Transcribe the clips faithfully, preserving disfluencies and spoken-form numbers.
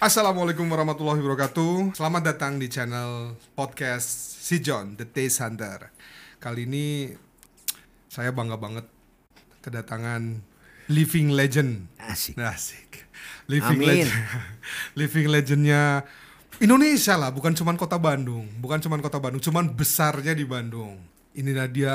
Assalamualaikum warahmatullahi wabarakatuh. Selamat datang di channel podcast si John, The Taste Hunter. Kali ini saya bangga banget kedatangan living legend. Asik. Asik. Living Amin. legend. Living legendnya Indonesia lah, bukan cuman kota Bandung, bukan cuman kota Bandung, cuman besarnya di Bandung. Inilah dia.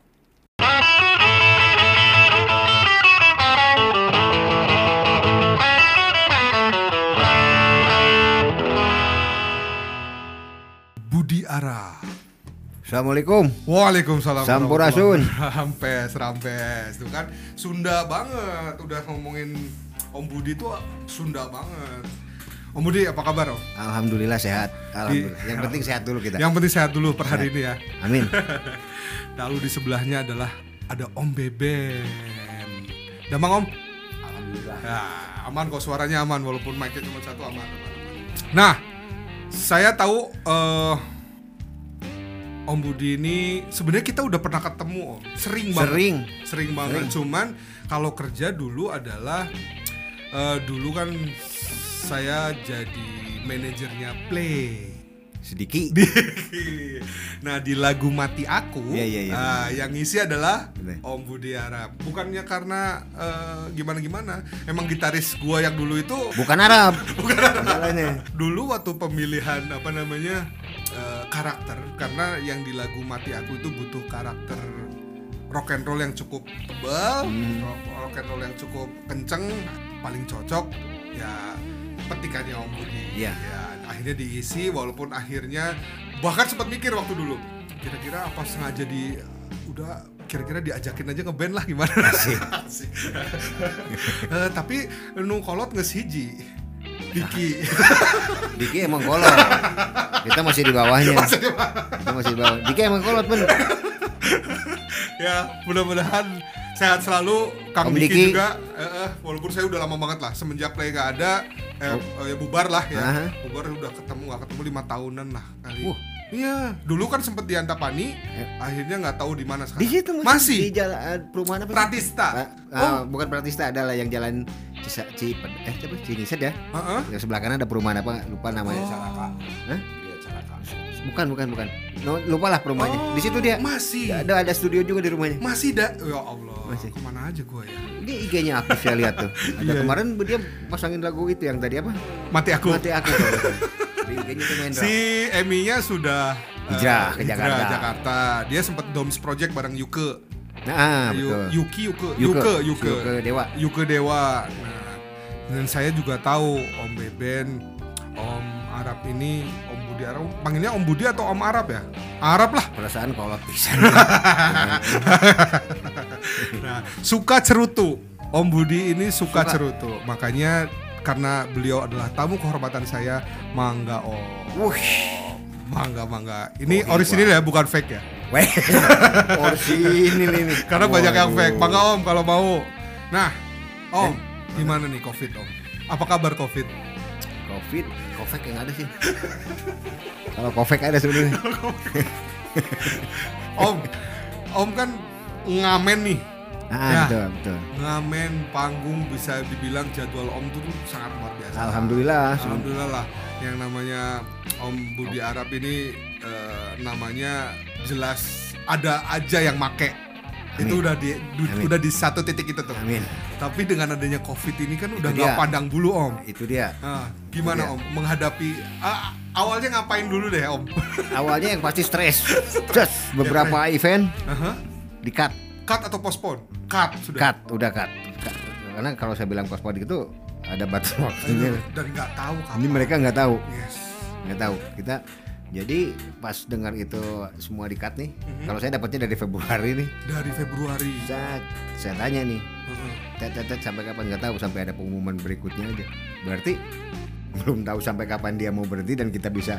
Budi Ara. Assalamualaikum. Waalaikumsalam. Sampurasun. Rampes, rampes. Tuh kan Sunda banget. Udah ngomongin Om Budi tuh Sunda banget. Om Budi apa kabar Om? Alhamdulillah sehat. Alhamdulillah. Yang penting sehat dulu kita. Yang penting sehat dulu per hari Sehat. ini ya. Amin. Lalu di sebelahnya adalah ada Om Beben. Damang Om? Alhamdulillah. Ya, aman kok, suaranya aman walaupun mic-nya cuma satu, aman, aman, aman. Nah, saya tahu uh, Om Budi ini sebenarnya kita udah pernah ketemu Om, sering banget, Sering. sering banget. Sering. Cuman kalau kerja dulu adalah uh, dulu kan saya jadi manajernya Play. Sedikit. Di, nah di lagu Mati Aku, Iya, iya, iya. uh, yang ngisi adalah Bener. Om Budi Ara. Bukannya karena uh, gimana-gimana, emang gitaris gua yang dulu itu Bukan Arab. bukan Arab. Masalahnya. Dulu waktu pemilihan apa namanya uh, karakter, karena yang di lagu Mati Aku itu butuh karakter rock and roll yang cukup tebal, Hmm. rock, rock and roll yang cukup kenceng, paling cocok ya petikannya Om Budi. Iya. Ya, akhirnya diisi, walaupun akhirnya bahkan sempat mikir waktu dulu, kira-kira apa sengaja di udah kira-kira diajakin aja ngeband lah gimana. Asik. Asik. Eh, tapi nu kolot geus hiji. Diki. Diki emang kolot. Kita masih di bawahnya. Kita masih di bawah. Diki emang kolot bener. Ya, mudah-mudahan sehat selalu Kang Om Diki, Diki. juga. Eh, eh, walaupun saya udah lama banget lah semenjak Play gak ada, eh, Oh. eh, bubar lah ya. Aha. Bubar udah ketemu gak ketemu lima tahunan lah kali. Wah. Iya, dulu kan sempet di Antapani, Eh. akhirnya nggak tahu di mana Di sekarang. situ Masih. Di jalan eh, perumahan apa sih? Pratista. Ah, ah, Oh. bukan Pratista, adalah yang jalan Cisa, Ci, eh siapa? Cingised ya. Heeh. Yang sebelah kanan ada perumahan apa? Lupa namanya. Oh. Hah? Bukan, bukan, bukan. No, lupa lah perumahannya. Oh, Di situ dia. Masih. Ada ada studio juga di rumahnya. Masih dah. Ya Allah. Masih. Kemana aja gua ya? Ini I G-nya aktif saya lihat tuh. Ada Iya. kemarin dia pasangin lagu itu yang tadi apa? Mati aku. Mati aku. kalau nggak salah. Di I G-nya tuh main Si Emi-nya sudah eh, Hijrah ke hijrah Jakarta. Jakarta. Dia sempat Doms Project bareng Yuke. Nah, ah, Yu- betul. Yuki Yuke. Yuke. Yuke Yuke. Yuke Dewa. Yuke Dewa. Nah, dan saya juga tahu Om Beben, Om Arab ini, Om Budi Arab. Panggilnya Om Budi atau Om Arab ya? Arab lah. Perasaan kolot pisan. Nah, suka cerutu. Om Budi ini suka, Suka. cerutu. Makanya karena beliau adalah tamu kehormatan saya, mangga Om. Wush. Mangga mangga. Ini Oh, orisinil ya, bukan fake ya. Weh. Orsinil ini. Karena banyak yang Waduh. fake. Mangga Om kalau mau. Nah, Om, gimana nih Covid Om? Apa kabar Covid? Covid, Covid yang ada sih. Kalau Covid ada sebenarnya. Om, Om kan ngamen nih. Ah, Ya. betul, betul. Ngamen panggung bisa dibilang jadwal Om tuh sangat luar biasa. Alhamdulillah. Alhamdulillah lah. Yang namanya Om Budi Arab ini eh, namanya jelas ada aja yang make. Amin. Itu udah di du- Amin. udah di satu titik itu tuh. Amin. Tapi dengan adanya Covid ini kan udah Itu nggak dia. pandang bulu Om. Itu dia. Nah, gimana Itu dia. Om menghadapi ah, awalnya ngapain dulu deh Om? Awalnya yang pasti stres. Just beberapa event Aha. di cut. Cut atau postpone? Cut sudah. Cut, udah cut. Cut. Karena kalau saya bilang postpone itu ada batas waktunya. Dan nggak tahu kapan. Ini mereka nggak tahu, Yes. nggak tahu. Kita jadi pas dengar itu semua di cut nih. Mhm. Kalau saya dapatnya dari Februari nih. Dari Februari. Saya, saya tanya nih, Heeh. tet, tet, tet, sampai kapan nggak tahu, sampai ada pengumuman berikutnya aja. Berarti belum tahu sampai kapan dia mau berhenti dan kita bisa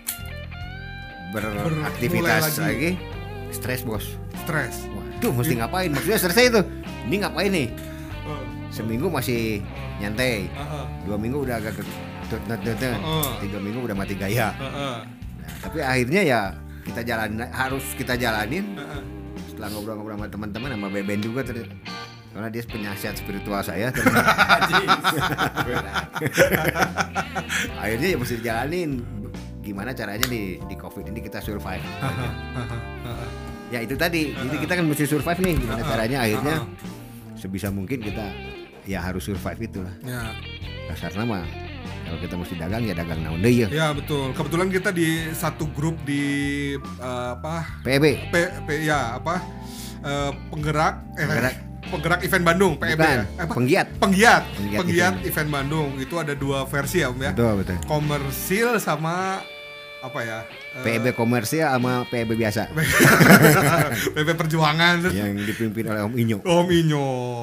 beraktivitas lagi. lagi. Stres bos. Stres. Waduh, mesti ngapain? Maksudnya stresnya itu. Ini ngapain nih? Heeh. Seminggu masih nyantai, Heeh. dua minggu udah agak ke- tut, tut, tut, tut. Heeh. tiga minggu udah mati gaya. Heeh. Nah, tapi akhirnya ya kita jalanin, harus kita jalanin. Heeh. Setelah ngobrol-ngobrol sama teman-teman, sama Beben juga ter- Karena dia penasihat spiritual saya. Akhirnya ya mesti dijalanin. Gimana caranya di di Covid ini kita survive. Ya itu tadi. Jadi kita kan mesti survive nih. Gimana caranya akhirnya sebisa mungkin kita ya harus survive itulah. Ya. Dasar nama. Kalau kita mesti dagang ya dagang naon deui ya. Ya betul. Kebetulan kita di satu grup di uh, apa? P E B. P, P ya apa? Uh, penggerak eh, Penggerak. Penggerak event Bandung, P E B ya? Apa? Penggiat. Penggiat. Penggiat, Penggiat event. event Bandung. Itu ada dua versi ya Om ya. Betul, betul. Komersil sama apa ya? Uh, P E B komersial sama P E B biasa. P E B Perjuangan yang dipimpin oleh Om Inyo. Om Inyo.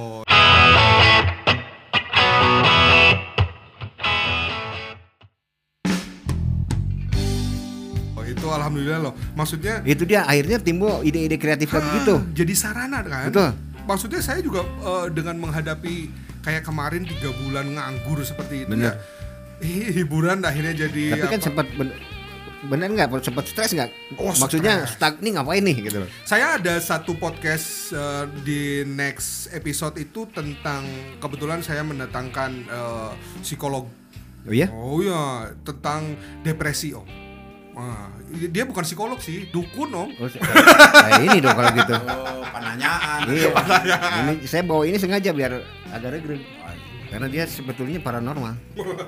Itu alhamdulillah loh. Maksudnya itu dia akhirnya timbul ide-ide kreatif kayak gitu. Jadi sarana kan. Betul. Maksudnya saya juga uh, dengan menghadapi kayak kemarin tiga bulan nganggur seperti itu. Bener. Ya, hiburan akhirnya jadi. Tapi kan apa? sempat ben- bener nggak? Sempat stres nggak? Oh, maksudnya stres. stuck nih ngapain nih gitu loh. Saya ada satu podcast uh, di next episode itu tentang kebetulan saya mendatangkan uh, psikolog. Oh iya? Oh ya, tentang depresi Om. Wah, dia bukan psikolog sih, dukun Om. Oh, kayak ini dong kalau gitu. Oh, penanyaan. Iya. Ini saya bawa ini sengaja biar agak regret. Karena dia sebetulnya paranormal.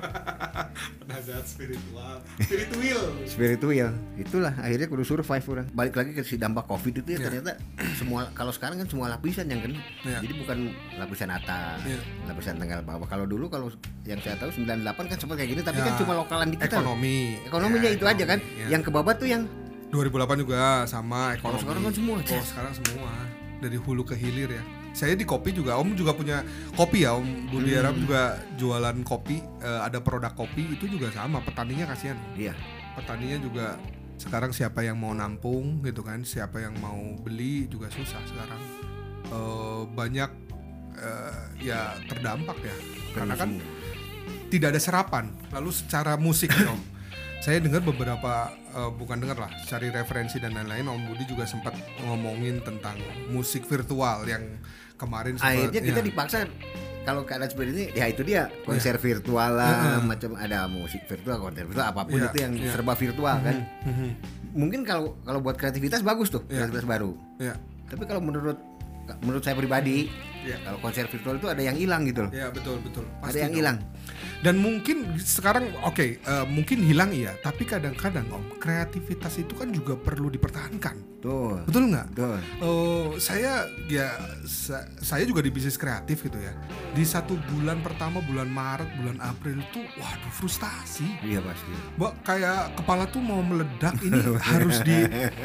Penasehat spiritual, spiritual. Spiritual. Itulah akhirnya kudu survive orang. Balik lagi ke si dampak Covid itu ya, Ya. ternyata semua kalau sekarang kan semua lapisan yang kena. Ya. Jadi bukan lapisan atas, Ya. lapisan tengah bawah. Kalau dulu kalau yang saya tahu sembilan puluh delapan kan sempat kayak gini, tapi Ya. kan cuma lokalan di kita. Ekonomi. Ekonominya Ya, itu aja kan. ekonomi, ya. Yang kebabat tuh yang dua ribu delapan juga sama Kalau ekonomi. sekarang kan semua. Oh, sekarang semua dari hulu ke hilir ya. Saya di kopi juga, Om juga punya kopi ya, Om Budi Hmm. Arab juga jualan kopi, eh, ada produk kopi itu juga sama, petaninya kasihan. iya. Petaninya juga sekarang siapa yang mau nampung gitu kan, siapa yang mau beli juga susah sekarang. Eh, banyak eh, ya terdampak ya, karena kan tidak ada serapan. Lalu secara musik nih, Om, saya dengar beberapa uh, bukan dengar lah, cari referensi dan lain-lain. Om Budi juga sempat ngomongin tentang musik virtual yang kemarin sempat, Akhirnya kita ya. dipaksa kalau keadaan seperti ini, ya itu dia konser virtual lah, macam ada musik virtual, konser virtual, apapun Ya, itu yang ya. serba virtual kan. Mhm. Mungkin kalau kalau buat kreativitas bagus tuh, Ya. kreativitas baru. Ya, Tapi kalau menurut menurut saya pribadi, ya, kalau konser virtual itu ada yang hilang gitu loh. ya betul betul. Ada yang dong. hilang. Dan mungkin sekarang oke, eh, mungkin hilang iya, tapi kadang-kadang Om, kreativitas itu kan juga perlu dipertahankan. Tuh. Betul nggak? Tuh. Oh, saya ya sa- saya juga di bisnis kreatif gitu ya. Di satu bulan pertama, bulan Maret, bulan April itu waduh frustasi. Iya pasti. Mbak kayak kepala tuh mau meledak, ini harus di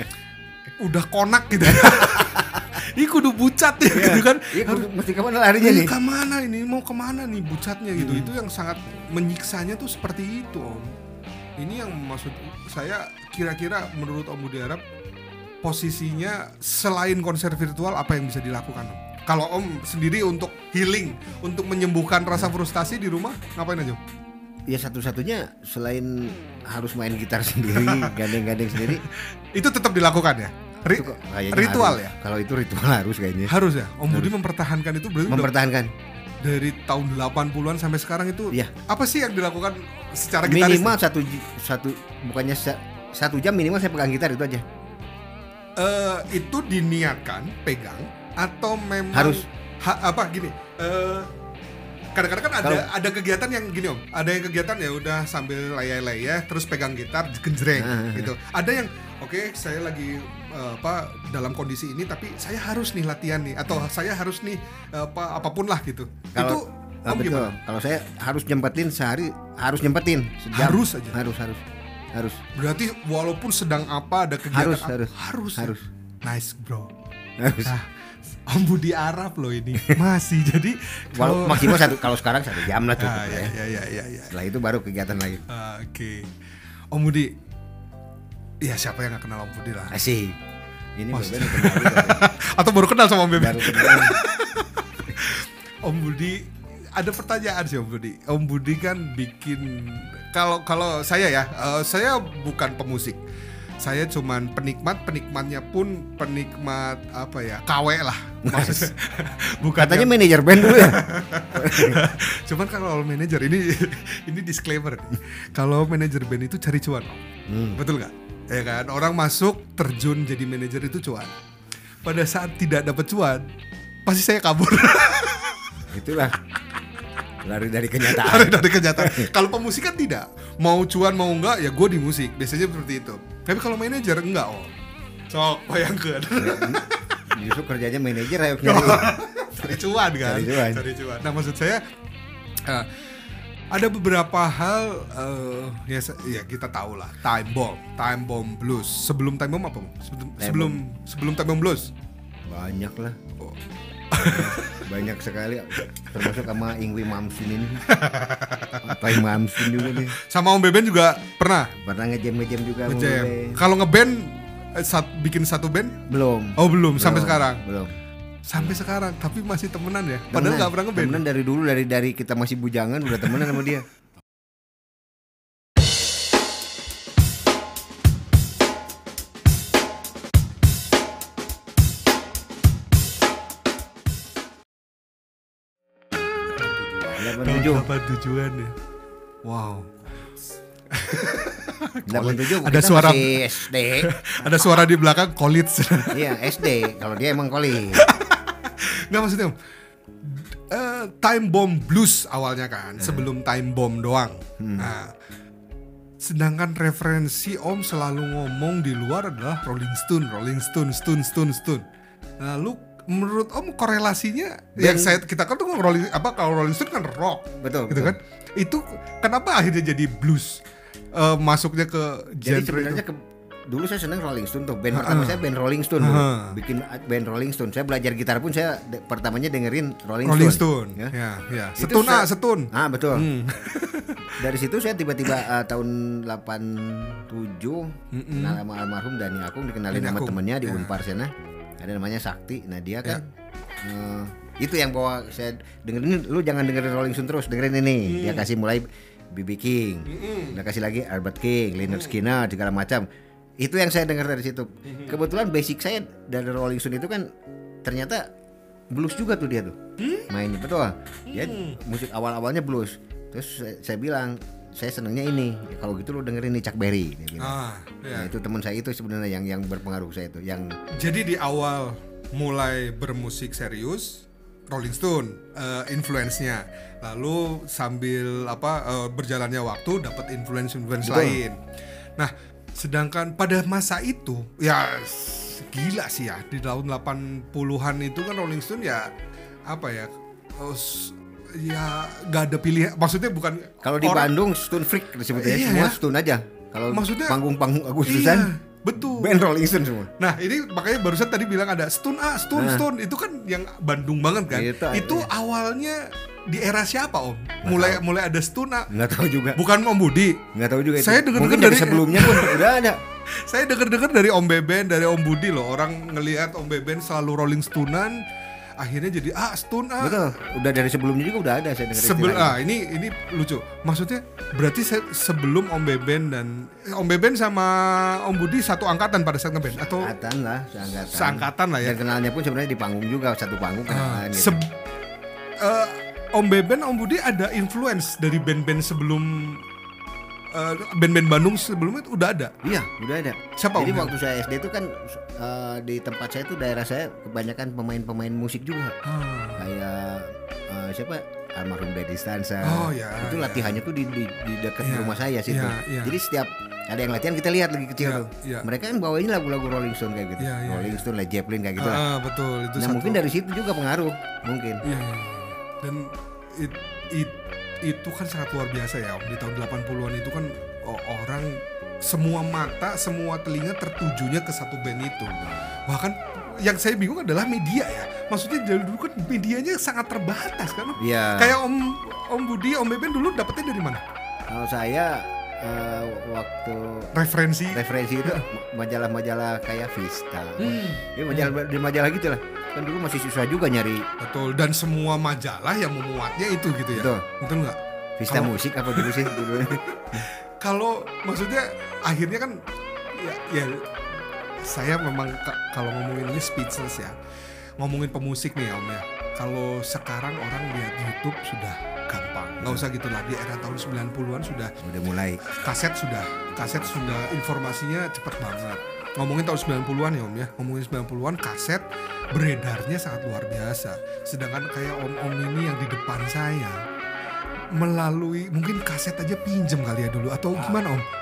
udah konak gitu. Ini kudu bucat ya gitu kan. Iya, Harus, mesti kemana larinya ini nih? kemana ini, mau kemana nih bucatnya gitu. Itu yang sangat menyiksanya tuh seperti itu Om. Ini yang maksud saya kira-kira menurut Om Budi Arab posisinya selain konser virtual apa yang bisa dilakukan Om? Kalau Om sendiri untuk healing, untuk menyembuhkan rasa frustasi di rumah ngapain aja? Om? Ya satu-satunya selain harus main gitar sendiri, gandeng-gandeng sendiri. Itu tetap dilakukan ya? Ri- Itu kok kayaknya ritual harus. ya? Kalau itu ritual harus kayaknya. Harus ya? Om Budi mempertahankan itu berarti udah Mempertahankan. dari tahun delapan puluhan sampai sekarang itu Iya. apa sih yang dilakukan secara gitaris? Minimal satu ji- satu bukannya sa- satu jam minimal saya pegang gitar itu aja. Eh, itu diniatkan pegang atau memang Harus. ha- apa gini? Eh, kadang-kadang kan ada Kalau- ada kegiatan yang gini Om, ada yang kegiatan ya udah sambil layai-layai terus pegang gitar genjreng Ah. gitu. Ada yang oke saya lagi eh, apa dalam kondisi ini tapi saya harus nih latihan nih atau saya harus nih eh, apa apapun lah gitu. itu Kalau ah, Om betul. gimana? Kalau saya harus nyempetin sehari, harus nyempetin sejam. Harus aja? Harus harus. Harus. Berarti walaupun sedang apa ada kegiatan Harus, apa, harus. harus ya? Harus. Nice bro. Harus. Nah, Om Budi Arab loh ini masih jadi Walau maksimal satu, kalau sekarang satu jam lah cukup Ah, lah ya, ya. ya, ya, ya, ya. Setelah itu baru kegiatan lagi. Ah, Oke, Om Budi, ya siapa yang gak kenal Om Budi lah? Asik. Ini Mas. bener kenal juga. Atau baru kenal sama Om Bebe? Baru kenal. Om Budi, ada pertanyaan sih Om Budi. Om Budi kan bikin kalau kalau saya ya, eh, saya bukan pemusik. saya cuman penikmat, penikmatnya pun penikmat apa ya, K W lah. Maksudnya bukan Katanya yang- manajer band dulu ya. Cuman kalau manajer ini ini disclaimer. Kalau manajer band itu cari cuan. Hmm. Betul nggak? Ya kan, orang masuk terjun jadi manajer itu cuan. Pada saat tidak dapat cuan, pasti saya kabur. Itulah lari dari kenyataan. Lari dari kenyataan. Kalau pemusikan tidak, mau cuan mau enggak ya gue di musik. Biasanya seperti itu. Tapi kalau manajer enggak, oh. Sok bayangkan. Justru kerjanya manajer ayo nyari. Cari cuan kan? Cari cuan. Cari cuan. Nah, maksud saya uh, ada beberapa hal uh, ya, ya kita tahu lah. Time Bomb, Time Bomb Blues. Sebelum Time Bomb apa? Sebelum Time sebelum, sebelum Time Bomb Blues. Banyak lah. Oh. Banyak sekali, termasuk sama Ingwi Mamsin ini. Apa Mamsin juga nih. Sama Om Beben juga pernah Pernah ngejam ngejam juga. ngejam. mulai. Kalau ngeband eh, sat, bikin satu band? Belum. Oh belum, sampai Belum. sekarang. Belum. Sampai sekarang, tapi masih temenan ya. Padahal Temenan. nggak pernah ngeband. Temenan dari dulu, dari dari kita masih bujangan udah temenan sama dia. delapan puluh tujuh Apa tujuannya? Wow. delapan puluh tujuh Ada kita suara- masih S D. Ada suara di belakang college. Iya, S D. Kalau dia emang college. Nggak maksudnya Om. Eh, Time Bomb Blues awalnya kan, sebelum Time Bomb doang. Nah, sedangkan referensi Om selalu ngomong di luar adalah Rolling Stone, Rolling Stone, Stone, Stone, Stone. Lalu menurut Om korelasinya yang saya kita kan tuh Rolling apa kalau Rolling Stone kan rock, Betul. gitu betul. kan? Itu kenapa akhirnya jadi blues? Eh, masuknya ke Jadi genre sebenarnya itu? ke, dulu saya seneng Rolling Stone tuh. Band pertama saya band Rolling Stone dulu. Uh-huh. Bikin band Rolling Stone. Saya belajar gitar pun saya de- pertamanya dengerin Rolling, Rolling Stone. Stone, ya, ya. Itu Setun ah, saya- setun. Ah, betul. Hmm. Dari situ saya tiba-tiba uh, tahun delapan tujuh Mm-mm. kenal sama almarhum Dani Akung, dikenalin Dani sama Akung, temennya di ya. Unpar sana. Ada namanya Sakti. Nah, dia kan Ya. eh, itu yang bawa saya dengerin, lu jangan dengerin Rolling Stone terus, dengerin ini. Dia kasih mulai B B King. Mm-mm. Udah kasih lagi Albert King, Lynyrd Skynyrd, segala macam. Itu yang saya dengar dari situ. Kebetulan basic saya dari Rolling Stone itu kan ternyata blues juga tuh dia tuh. Mainnya betul. Ya musik awal-awalnya blues. Terus saya, saya bilang, saya senangnya ini. Ya, kalau gitu lu dengerin nih Chuck Berry. Dia bilang. Ah, ya. Nah, itu teman saya itu sebenarnya yang yang berpengaruh saya itu, yang Jadi di awal mulai bermusik serius Rolling Stone eh, influence-nya. Lalu sambil apa eh, berjalannya waktu dapat influence-influence Betul. lain. Nah, sedangkan pada masa itu ya gila sih ya di tahun delapan puluhan itu kan Rolling Stone ya apa ya eh, s- ya gak ada pilihan, maksudnya bukan kalau di orang- Bandung Stone Freak disebutnya, Iya, semua ya. Stone aja. Kalau Maksudnya- panggung-panggung Agustusan, Iya, betul. band Rolling Stone semua. Nah ini makanya barusan tadi bilang ada Stone A, Stone, Nah. Stone itu kan yang Bandung banget kan. Itu, Itu iya. awalnya di era siapa Om? Mulai mulai ada Stone A, Nggak tahu juga. bukan Om Budi. Nggak tahu juga itu. Saya dengar-dengar Mungkin dari dari- sebelumnya pun udah ada. Saya dengar-dengar dari Om Beben, dari Om Budi loh. Orang ngelihat Om Beben selalu Rolling Stonean, akhirnya jadi ah Stone A. Betul. Udah dari sebelumnya juga udah ada saya dengar. Sebel istilahnya. ah ini ini lucu. Maksudnya berarti se- sebelum Om Beben dan eh, Om Beben sama Om Budi satu angkatan pada saat ngeband atau Seangkatan lah, seangkatan. seangkatan lah ya. Dan kenalnya pun sebenarnya di panggung juga, satu panggung Ah, kenalan gitu. seb- eh, Om Beben, Om Budi ada influence dari band-band sebelum eh, band-band Bandung sebelumnya itu udah ada. Iya, udah ada. Siapa Jadi Om? waktu saya S D itu kan eh, di tempat saya itu daerah saya kebanyakan pemain-pemain musik juga. Ah. Kayak eh, siapa? Almarhum Deddy Stanza. Oh, ya, Itu ya. latihannya tuh di di, di dekat Iya, rumah saya situ. iya, iya. Jadi setiap ada yang latihan kita lihat lagi kecil Iya, tuh. iya. Mereka kan bawain lagu-lagu Rolling Stone kayak gitu. Iya, iya, Rolling iya. Stone, Led Zeppelin kayak gitu lah. Ah, betul itu Nah, satu. mungkin dari situ juga pengaruh, mungkin. Iya, iya, iya. Dan it, it- itu kan sangat luar biasa ya Om. Di tahun delapan puluhan itu kan oh, orang semua mata, semua telinga tertujunya ke satu band itu. Bahkan yang saya bingung adalah media ya. Maksudnya dari dulu kan medianya sangat terbatas kan. Om? Iya. Kayak Om Om Budi, Om Beben dulu dapetnya dari mana? Kalau saya eh, waktu Referensi. referensi itu majalah-majalah kayak Vista. Hmm. Ya majalah di majalah gitu lah. Kan dulu masih susah juga nyari Betul, dan semua majalah yang memuatnya itu gitu ya. Betul. Betul nggak? Vista Kalau- musik apa dulu sih dulu. Kalau maksudnya akhirnya kan ya, ya saya memang k- kalau ngomongin ini speechless ya. Ngomongin pemusik nih Om ya. Kalau sekarang orang lihat YouTube sudah gampang. Nggak usah gitu lagi, era tahun sembilan puluhan sudah Udah mulai. kaset sudah kaset sudah informasinya cepet banget. Ngomongin tahun sembilan puluhan ya Om ya. Ngomongin sembilan puluhan kaset beredarnya sangat luar biasa. Sedangkan kayak om-om ini yang di depan saya melalui mungkin kaset aja pinjem kali ya dulu atau gimana Om?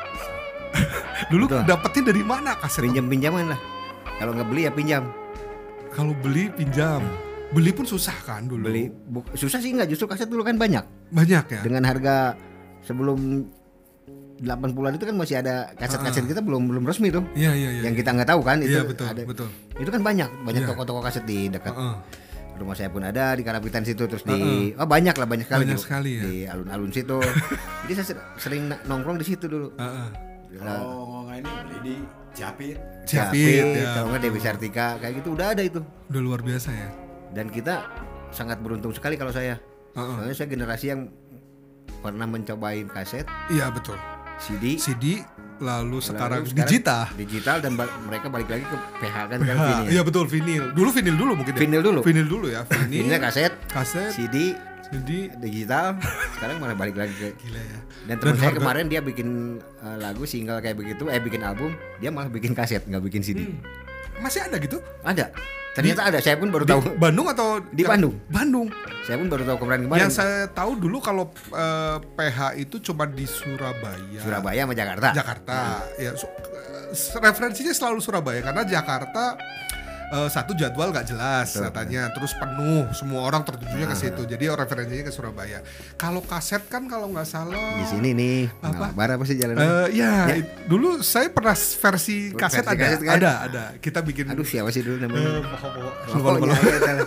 Dulu Betul. dapetnya dari mana kaset? Om? Pinjam-pinjaman lah. Kalau nggak beli ya pinjam. Kalau beli pinjam. Beli pun susah kan dulu. Beli bu- susah sih nggak, justru kaset dulu kan banyak. Banyak ya. Dengan harga sebelum delapan puluhan itu kan masih ada kaset-kaset kita belum belum resmi tuh. Iya iya iya. Yang kita nggak tahu kan itu Iya betul ada. betul. Itu kan banyak, banyak Iya. toko-toko kaset di dekat Heeh. rumah saya pun ada, di Karapitan situ, terus di oh banyak lah, banyak sekali Banyak di, sekali ya. di alun-alun situ. Jadi saya ser- sering na- nongkrong di situ dulu. Heeh. Kalau nggak ini beli di Japit. Japit, ya. kalau nggak Dewi Sartika kayak gitu udah ada itu. Udah luar biasa ya. Dan kita sangat beruntung sekali kalau saya. Heeh. Soalnya saya generasi yang pernah mencobain kaset, Iya betul. C D, C D lalu sekarang lalu digital. digital dan ba- mereka balik lagi ke P H kan P H, sekarang vinil. iya betul vinil. Dulu vinil dulu mungkin ya. Vinil dulu. Vinil dulu ya. Vinil. Vinilnya kaset, kaset. C D, C D. digital. Sekarang malah balik lagi ke. Gila ya. Dan teman saya harga- kemarin dia bikin uh, lagu single kayak begitu, eh bikin album, dia malah bikin kaset, nggak bikin C D. Hmm. Masih ada gitu? Ada. Ternyata ada. Saya pun baru Di tahu. Bandung atau Di Bandung. Bandung. Saya pun baru tahu kemarin-kemarin. Yang saya tahu dulu kalau eh, P H itu cuma di Surabaya. Surabaya sama Jakarta. Jakarta. Ya, su- eh, referensinya selalu Surabaya karena Jakarta eh, satu jadwal nggak jelas Betul. katanya, terus penuh, semua orang tertujunya ke situ. Jadi oh, referensinya ke Surabaya. Kalau kaset kan kalau nggak salah Di sini nih. Apa? Apa? apa sih jalan? Eh, ya, Ya. it- dulu saya pernah versi kaset Versi ada, kaset kan? ada, ada. Kita bikin. Aduh siapa sih dulu eh, namanya? pokok-pokok. Oh, Lupa, lupa, ya, lupa. ya, ya.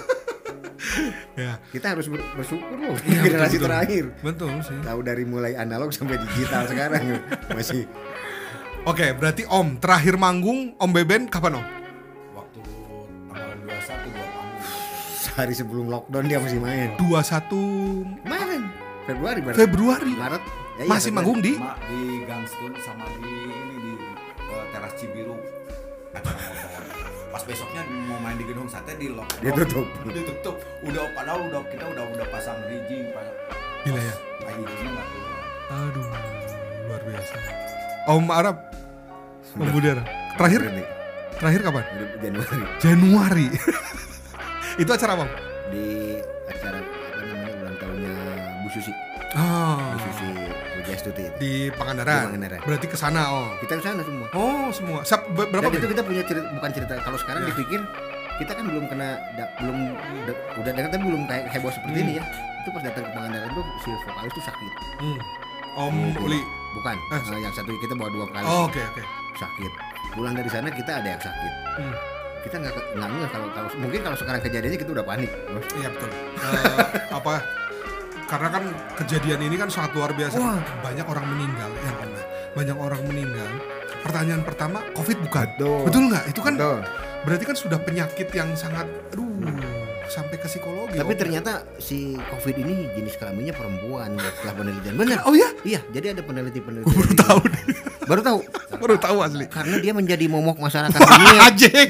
Ya. Kita harus ber- bersyukur loh. Iya, betul, generasi betul. terakhir. Betul sih. Tahu dari mulai analog sampai digital sekarang masih Oke, berarti Om terakhir manggung Om Beben kapan Om? Waktu tanggal dua puluh satu buat panggung. sehari sebelum lockdown dia masih main. dua puluh satu Kemarin Februari berarti. Februari. Maret. Ya, iya, Masih Februari. manggung di? Ma- di Gangstun sama di ini di uh, Teras Cibiru acara motor. Pas besoknya mau main di gedung sate di lockdown. Ditutup. Ditutup. Udah padahal udah kita udah udah pasang bridging. Gila ya. Bridgingnya nggak keluar. Aduh, luar biasa. Om Arab, Om Budar. Terakhir Berarti. terakhir kapan? Udah Januari Januari. Itu acara apa? Om? di acara apa namanya ulang tahunnya Bu Susi. Oh, Bu Susi Pujastuti. di Pangandaran. Di Pangandaran. Berarti ke sana, oh. Kita ke sana semua. Oh, semua. Sab- be- berapa Dan itu Ben? kita punya cerita, bukan cerita kalau sekarang Ya. dipikir kita kan belum kena da, belum da, udah dengar tapi belum kayak heboh seperti Hmm. ini ya. Itu pas datang ke Pangandaran tuh si vokalis tuh sakit. Hmm. Om Gitu. Uli. Bukan. Eh, Eh, yang satu kita bawa dua vokalis Oh, oke oke. sakit. Pulang dari sana kita ada yang sakit. Hmm. Kita nggak nggak ngeh kalau kalau mungkin kalau sekarang kejadiannya kita udah panik. Iya betul. Eh, apa? Karena kan kejadian ini kan sangat luar biasa. Wah. Banyak orang meninggal, yang pernah. Banyak orang meninggal. Pertanyaan pertama, COVID bukan? Betul. Betul nggak? Itu kan Betul. berarti kan sudah penyakit yang sangat, aduh, sampai ke psikologi. Tapi Om. ternyata si COVID ini jenis kelaminnya perempuan setelah penelitian. Benar. Oh ya? Iya, jadi ada peneliti-peneliti. Gue baru tahu nih. Baru tahu. Baru tahu asli. Karena dia menjadi momok masyarakat dunia. Wah, anjing.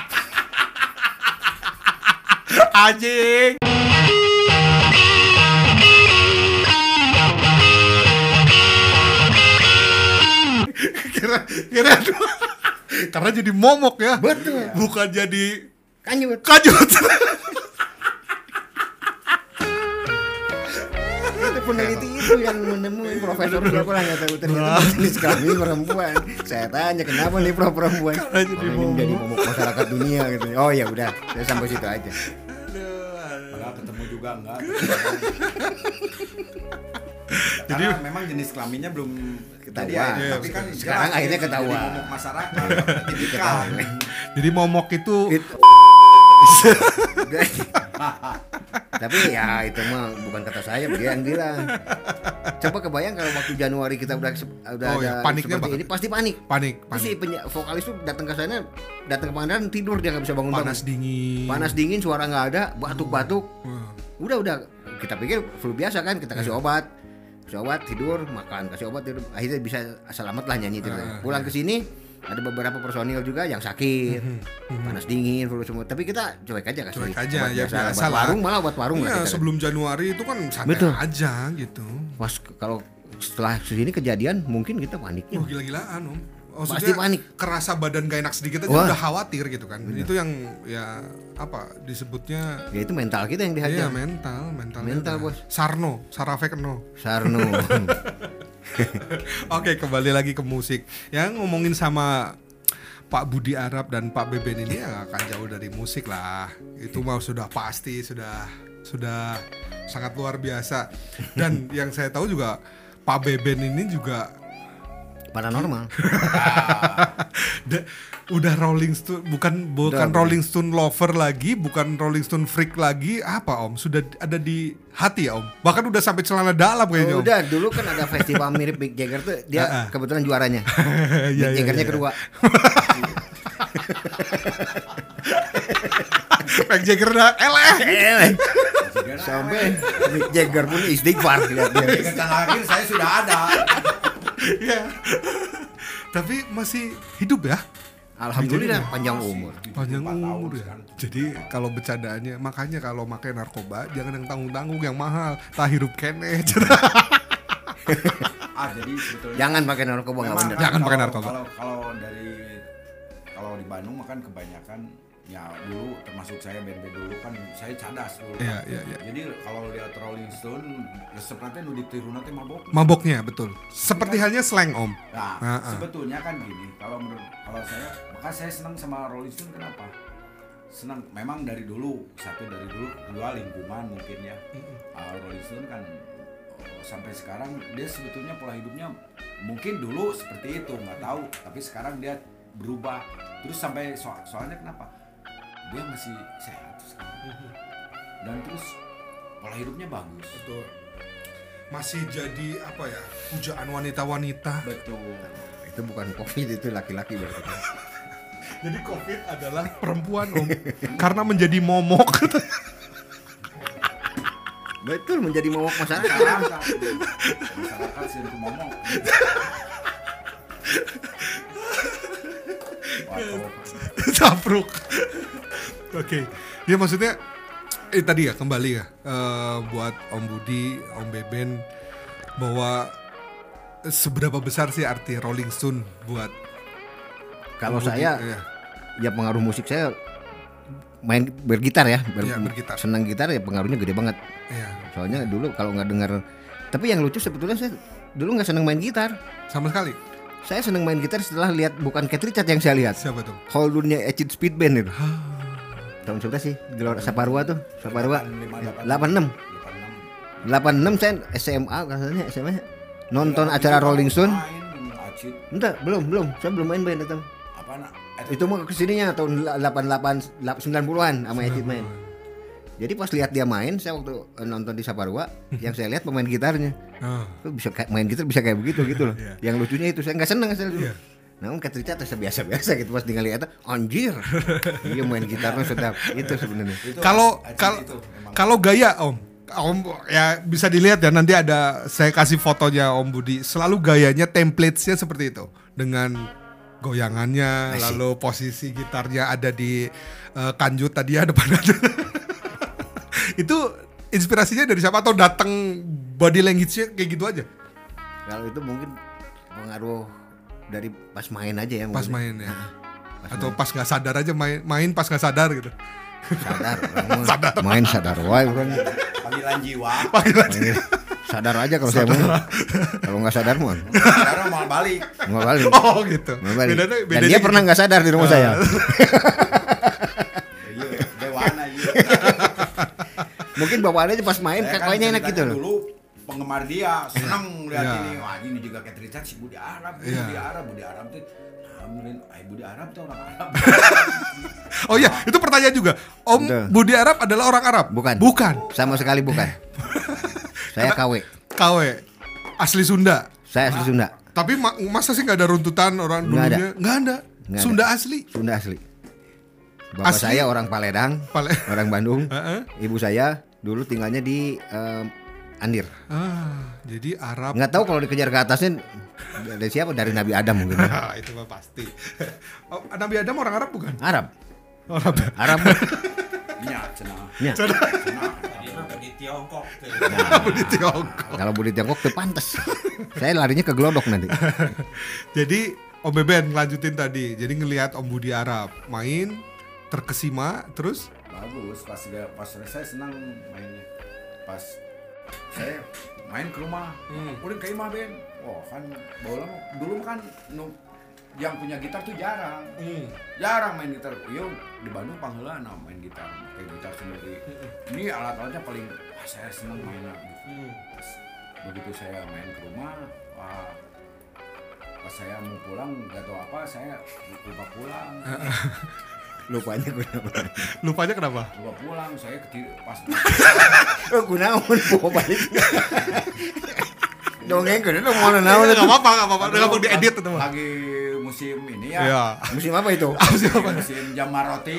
Anjing. kira kira karena jadi momok ya. Betul. Bukan jadi Kanyut. kajut. Itu peneliti itu yang menemui profesor dia pula nggak tahu ternyata jenis kelamin perempuan. Saya tanya kenapa nih pro perempuan? Karena jadi Karena ini momok. menjadi momok masyarakat dunia gitu. Oh ya udah, saya sampai situ aja. Padahal ketemu juga enggak. Jadi- Karena memang jenis kelaminnya belum Ketahuan. jadi ya, Iya, tapi kan sekarang jelas akhirnya dia ketahuan. jadi momok masyarakat. Pendidikan. Jadi momok itu It- Tapi ya itu mah bukan kata saya, dia yang bilang. Coba kebayang kalau waktu Januari kita udah udah Oh, ada iya, paniknya seperti banget. ini pasti panik. panik, Terus si panik. penya- vokalis tuh datang ke sana, datang ke Pangandaran tidur dia nggak bisa bangun Panas dingin. panas dingin, suara nggak ada, batuk-batuk. Wah. Udah udah kita pikir flu biasa kan, kita kasih obat, kasih obat tidur, makan, kasih obat tidur, akhirnya bisa selamat lah nyanyi tidur. Ah, Pulang ke sini ada beberapa personil juga yang sakit, mm-hmm. panas dingin, flu semua. Tapi kita cuek aja kasih. Cuek aja buat ya biasa, biasa buat lah. warung malah buat warung iya, lah kita. Sebelum Januari itu kan santai Betul. aja gitu. Pas kalau setelah sini kejadian mungkin kita paniknya. Oh gila-gilaan om. Pasti panik. Kerasa badan gak enak sedikit aja Wah. udah khawatir gitu kan. Bener. Itu yang ya apa disebutnya? Ya itu mental kita yang dihajar. Iya mental, mental. Mental bos. Sarno, Sarafek no. Sarno. Oke kembali lagi ke musik. Yang ngomongin sama Pak Budi Arab dan Pak Beben ini ya akan jauh dari musik lah. Itu mah sudah pasti, sudah sudah sangat luar biasa. Dan yang saya tahu juga Pak Beben ini juga paranormal. Da, udah Rolling Stone bukan bukan Udah, Rolling Stone lover lagi, bukan Rolling Stone freak lagi, apa Om? Sudah ada di hati ya Om. Bahkan udah sampai celana dalam kayaknya Om. Udah dulu kan ada festival mirip Mick Jagger tuh dia Uh-uh. kebetulan juaranya. Iya, Mick iya, Jaggernya iya. kedua. Mick Jagger dah eleh. Eh, sampai Mick Jagger pun istighfar lihat dia. Kencang akhir saya sudah ada. Ya. Tapi masih hidup ya? Alhamdulillah panjang umur. Panjang empat tahun umur ya. sekarang. Jadi kalau bercandaannya, makanya kalau makai narkoba jangan yang tanggung-tanggung, yang mahal. Tah hirup kene. Ah jadi sebetulnya Jangan pakai narkoba nggak memang bener. kan Jangan pakai kalau- narkoba. Kalau kalau dari kalau di Bandung mah kan kebanyakan ya dulu termasuk saya band-band dulu kan saya cadas dulu. Iya, iya, iya. Jadi kalau lihat Rolling Stone ya seperti nu ditiru nanti mabok. Maboknya betul. Seperti halnya slang Om. Nah, Ah, ah. sebetulnya kan gini, kalau menurut kalau saya, maka saya senang sama Rolling Stone kenapa? Senang memang dari dulu, satu dari dulu, kedua lingkungan mungkin ya. Uh, Rolling Stone kan oh, sampai sekarang dia sebetulnya pola hidupnya mungkin dulu seperti itu, nggak tahu, tapi sekarang dia berubah. Terus sampai so soalnya kenapa? Dia masih sehat sekarang. Dan terus pola hidupnya bagus. Betul. Masih jadi apa ya? Pujaan wanita-wanita. Betul. Itu bukan covid, itu laki-laki berarti. Jadi Covid adalah perempuan Om. Karena menjadi momok. Betul menjadi momok masyarakat. Masyarakat, masyarakat sih untuk ngomong. Waduh. Capruk. Oke. Ya maksudnya eh tadi ya kembali ya eh, buat Om Budi, Om Beben bahwa seberapa besar sih arti Rolling Stone buat Kalau Om Budi? saya Iya. ya pengaruh musik saya main bergitar ya, ber- Iya, bergitar. senang gitar ya pengaruhnya gede banget. Iya. Soalnya dulu kalau nggak dengar, tapi yang lucu sebetulnya saya dulu nggak senang main gitar. Sama sekali. Saya senang main gitar setelah lihat bukan Keith Richards yang saya lihat, Siapa tuh? Holdunnya Acid Speed Band itu. Tahun seberapa sih? Gelora Saparua tuh, Saparua. delapan enam. delapan enam saya S M A katanya S M A nonton acara Rolling Stone. Acid Entar, belum, belum. Saya belum main band itu. apa nak? Itu mah kesininya tahun delapan delapan sembilan puluhan sama Acid main. Jadi pas lihat dia main, saya waktu eh, nonton di Saparua, yang saya lihat pemain gitarnya. Oh. Kok bisa kayak main gitar bisa kayak begitu gitu loh. Iya. Yang lucunya itu saya nggak seneng saya dulu. Iya. Namun Keith Richards biasa-biasa gitu pas tinggal lihat anjir. Dia main gitarnya sedap itu sebenarnya. Itu Kalau Acid kalau itu memang. kalau gaya Om, Om ya bisa dilihat ya nanti ada saya kasih fotonya Om Budi. Selalu gayanya template-nya seperti itu dengan goyangannya, Asik. lalu posisi gitarnya ada di eh, kanjut tadi ya depan aja. Itu inspirasinya dari siapa atau datang body language-nya kayak gitu aja? Kalau itu mungkin pengaruh dari pas main aja ya. Pas mungkin. main ya. Pas Atau pas nggak sadar aja main main pas nggak sadar gitu. sadar, orang mah main sadar wae orang. Panggilan jiwa. Main sadar aja kalau saya main. Kalau nggak sadar mah Sekarang mau balik. nggak balik. Oh gitu. Nggak balik. Bedanya, Dan bedanya dia gitu. pernah nggak sadar di rumah saya. Iya, dewana iya. Mungkin bawaannya aja pas main Saya kan kayaknya enak ceritanya gitu loh. Dulu penggemar dia seneng lihat Iya. ini. Wah ini juga Keith Richards si Budi Arab, Iya. Budi Arab, Budi Arab tuh. Alhamdulillah, eh Budi Arab tuh orang Arab. Oh iya, itu pertanyaan juga. Om Betul. Budi Arab adalah orang Arab? Bukan. Bukan. Sama sekali bukan. Saya K W. K W. Asli Sunda. Saya asli Sunda. Tapi ma- masa sih nggak ada runtutan orang Nggak ada. dulunya? Nggak ada. Nggak Sunda asli. Sunda asli. Bapak Asli? saya orang Paledang, Pale- orang Bandung. Heeh. Ibu saya dulu tinggalnya di em, Andir. Ah, jadi Arab. Nggak tahu kalau dikejar ke atasnya dari siapa, dari Nabi Adam mungkin. Itu mah pasti. Oh, Nabi Adam orang Arab bukan? Arab. Arab. Arab. Iya, cenah. Ya. Di Tiongkok. Nah, di Tiongkok. Kalau di Tiongkok tuh pantes. Saya larinya ke Glodok nanti. Jadi Om Beben lanjutin tadi. Jadi ngelihat Om Budi Arab main terkesima terus Bagus, pas dia pas saya senang mainnya. Pas saya main ke rumah, Hmm. udah ke imah Ben. Wah kan bola dulu kan nu yang punya gitar tuh jarang, Hmm. jarang main gitar. Iya di Bandung panggilan main gitar, kayak gitar sendiri. Ini alat-alatnya paling wah saya senang mainnya. Gitu. Pas, begitu saya main ke rumah, wah pas saya mau pulang gak tahu apa saya lupa pulang. Lupanya gunawan. Lupanya kenapa? Lupa pulang saya ketir pas Oh gunawan bawa balik. Dongeng kan itu mau naon Enggak apa-apa, enggak apa-apa. Udah gampang diedit itu mah. lagi musim ini ya. Iya. musim apa itu? Musim, musim jamar roti.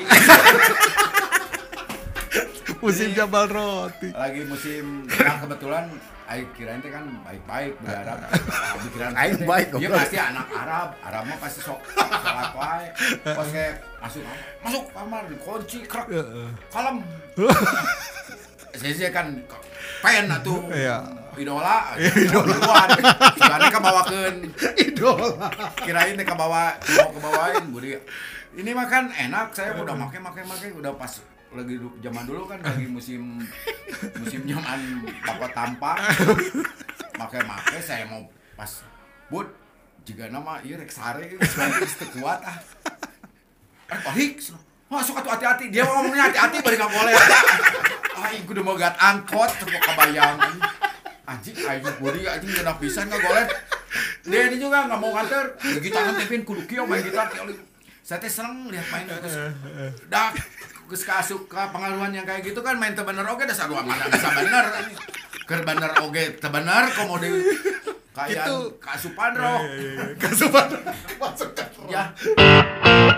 Musim jambal roti. Lagi musim yang kebetulan Aing kirain teh kan baik-baik berharap. Pikiran Aing teh, baik, dia goblok. pasti anak Arab. Arab mah pasti sok salah wae. Pas kayak masuk masuk kamar dikunci krek. Kalem. Saya sih kan pen atuh. Iya. Idola. Idola. Soalnya kabawakeun Idola. kirain teh kabawa mau kebawain Budi. Ini mah kan enak, saya udah make make make udah pas lagi du- zaman dulu kan lagi musim musim zaman bapak tampang make make saya mau pas bud jika nama iya rek sare geus teu kuat ah eh pahik masuk atuh hati-hati dia ngomongnya hati-hati bari ngagoleh ah ieu kudu mau gat angkot teu kabayang anjing aing Budi anjing genap pisan ngagoleh dia ini juga nggak mau nganter gitar tepin kudu kieu main gitar kieu saya teh seneng lihat main terus dak geus kaasup ka pengaruhan yang kayak gitu kan main teu bener oge da sarua mana bisa bener keur bener oge teu bener komode kayak Itu- kaasupan roh Kasupan masuk ke ya